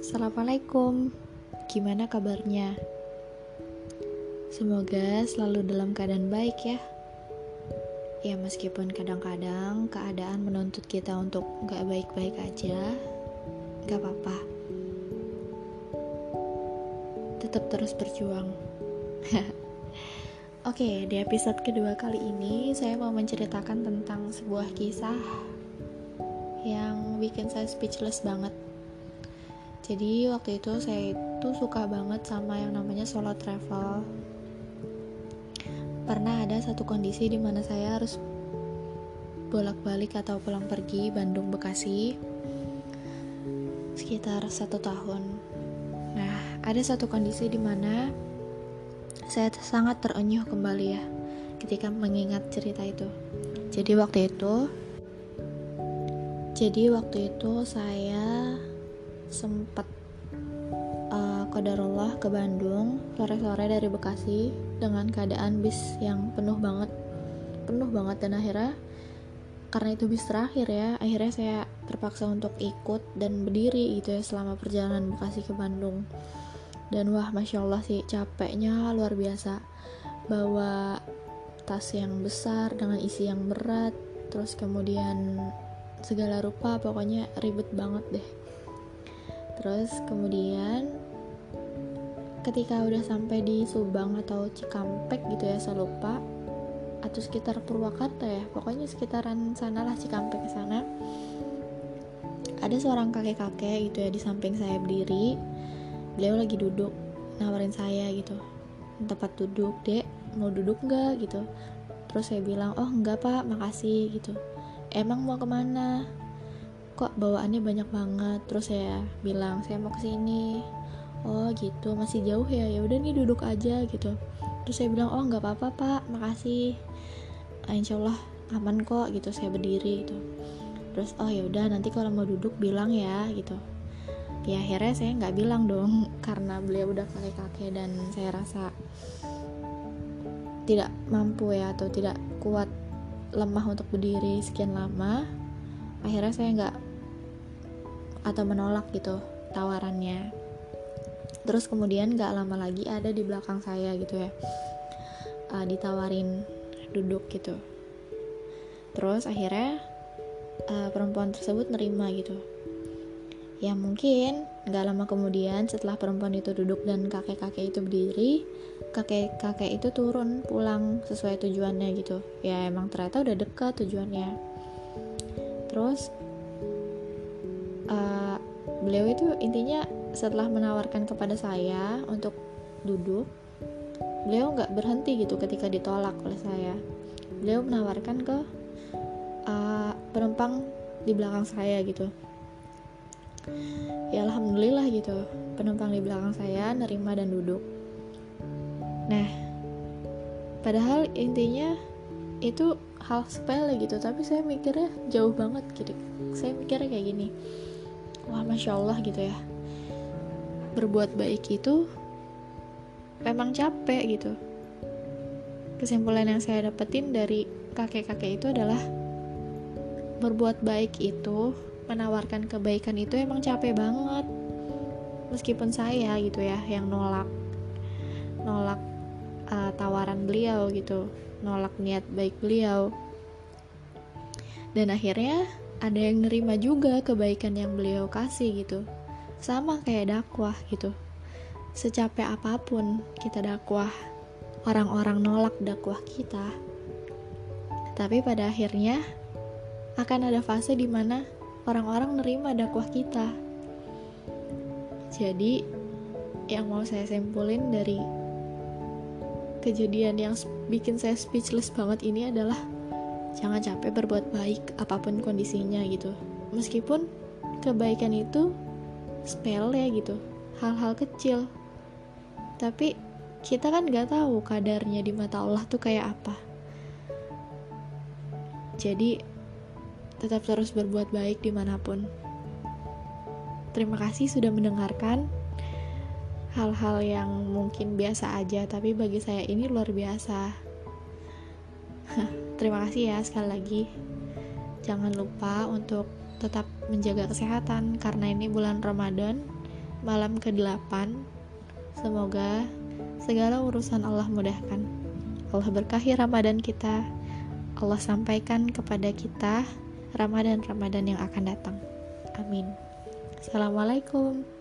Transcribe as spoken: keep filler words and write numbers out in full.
Assalamualaikum, gimana kabarnya? Semoga selalu dalam keadaan baik ya. Ya meskipun kadang-kadang keadaan menuntut kita untuk gak baik-baik aja, gak apa-apa. Tetap terus berjuang. Oke, di episode kedua kali ini saya mau menceritakan tentang sebuah kisah yang bikin saya speechless banget. Jadi waktu itu saya itu suka banget sama yang namanya solo travel. Pernah ada satu kondisi di mana saya harus bolak-balik atau pulang pergi Bandung Bekasi sekitar satu tahun. Nah, ada satu kondisi di mana saya sangat terenyuh kembali ya ketika mengingat cerita itu. Jadi waktu itu, jadi waktu itu saya sempat uh, qadarullah ke Bandung sore-sore dari Bekasi dengan keadaan bis yang penuh banget penuh banget dan akhirnya karena itu bis terakhir ya akhirnya saya terpaksa untuk ikut dan berdiri gitu ya selama perjalanan Bekasi ke Bandung. Dan wah masya Allah sih capeknya luar biasa, bawa tas yang besar dengan isi yang berat, terus kemudian segala rupa pokoknya ribet banget deh. Terus kemudian ketika udah sampai di Subang atau Cikampek gitu ya, saya lupa, atau sekitar Purwakarta ya, pokoknya sekitaran sana lah, Cikampek ke sana. Ada seorang kakek-kakek gitu ya di samping saya berdiri. Beliau lagi duduk, nawarin saya gitu, tempat duduk, dek mau duduk nggak gitu. Terus saya bilang, oh enggak pak, makasih gitu. Emang mau kemana? Kok bawaannya banyak banget? Terus saya bilang saya mau kesini. Oh gitu, masih jauh ya? Ya udah nih duduk aja gitu. Terus saya bilang, oh nggak apa-apa pak, makasih. Ah, insya Allah aman kok gitu. Saya berdiri gitu. Terus oh ya udah nanti kalau mau duduk bilang ya gitu. Ya akhirnya saya nggak bilang dong karena beliau udah kakek-kakek dan saya rasa tidak mampu ya atau tidak kuat, lemah untuk berdiri sekian lama. Akhirnya saya nggak atau menolak gitu tawarannya. Terus kemudian gak lama lagi ada di belakang saya gitu ya, uh, ditawarin duduk gitu. Terus akhirnya uh, perempuan tersebut nerima gitu. Ya mungkin gak lama kemudian setelah perempuan itu duduk dan kakek-kakek itu berdiri, kakek-kakek itu turun pulang sesuai tujuannya gitu. Ya emang ternyata udah dekat tujuannya. Terus uh, beliau itu intinya setelah menawarkan kepada saya untuk duduk, beliau nggak berhenti gitu ketika ditolak oleh saya. Beliau menawarkan ke uh, penumpang di belakang saya gitu. Ya alhamdulillah gitu, penumpang di belakang saya nerima dan duduk. Nah, padahal intinya itu hal sepele gitu, tapi saya mikirnya jauh banget gitu. Saya mikirnya kayak gini, wah masya Allah gitu ya, berbuat baik itu memang capek gitu. Kesimpulan yang saya dapetin dari kakek-kakek itu adalah berbuat baik itu, menawarkan kebaikan itu emang capek banget. Meskipun saya gitu ya yang nolak nolak uh, tawaran beliau gitu, nolak niat baik beliau, dan akhirnya ada yang nerima juga kebaikan yang beliau kasih gitu. Sama kayak dakwah gitu, secapek apapun kita dakwah, orang-orang nolak dakwah kita, tapi pada akhirnya akan ada fase dimana orang-orang nerima dakwah kita. Jadi yang mau saya simpulin dari kejadian yang bikin saya speechless banget ini adalah jangan capek berbuat baik apapun kondisinya gitu. Meskipun kebaikan itu sepele gitu, hal-hal kecil, tapi kita kan gak tahu kadarnya di mata Allah tuh kayak apa. Jadi tetap terus berbuat baik dimanapun. Terima kasih sudah mendengarkan hal-hal yang mungkin biasa aja, tapi bagi saya ini luar biasa. Terima kasih ya sekali lagi. Jangan lupa untuk tetap menjaga kesehatan karena ini bulan Ramadan malam kedelapan. Semoga segala urusan Allah mudahkan. Allah berkahi Ramadan kita. Allah sampaikan kepada kita Ramadan-Ramadan yang akan datang. Amin. Assalamualaikum.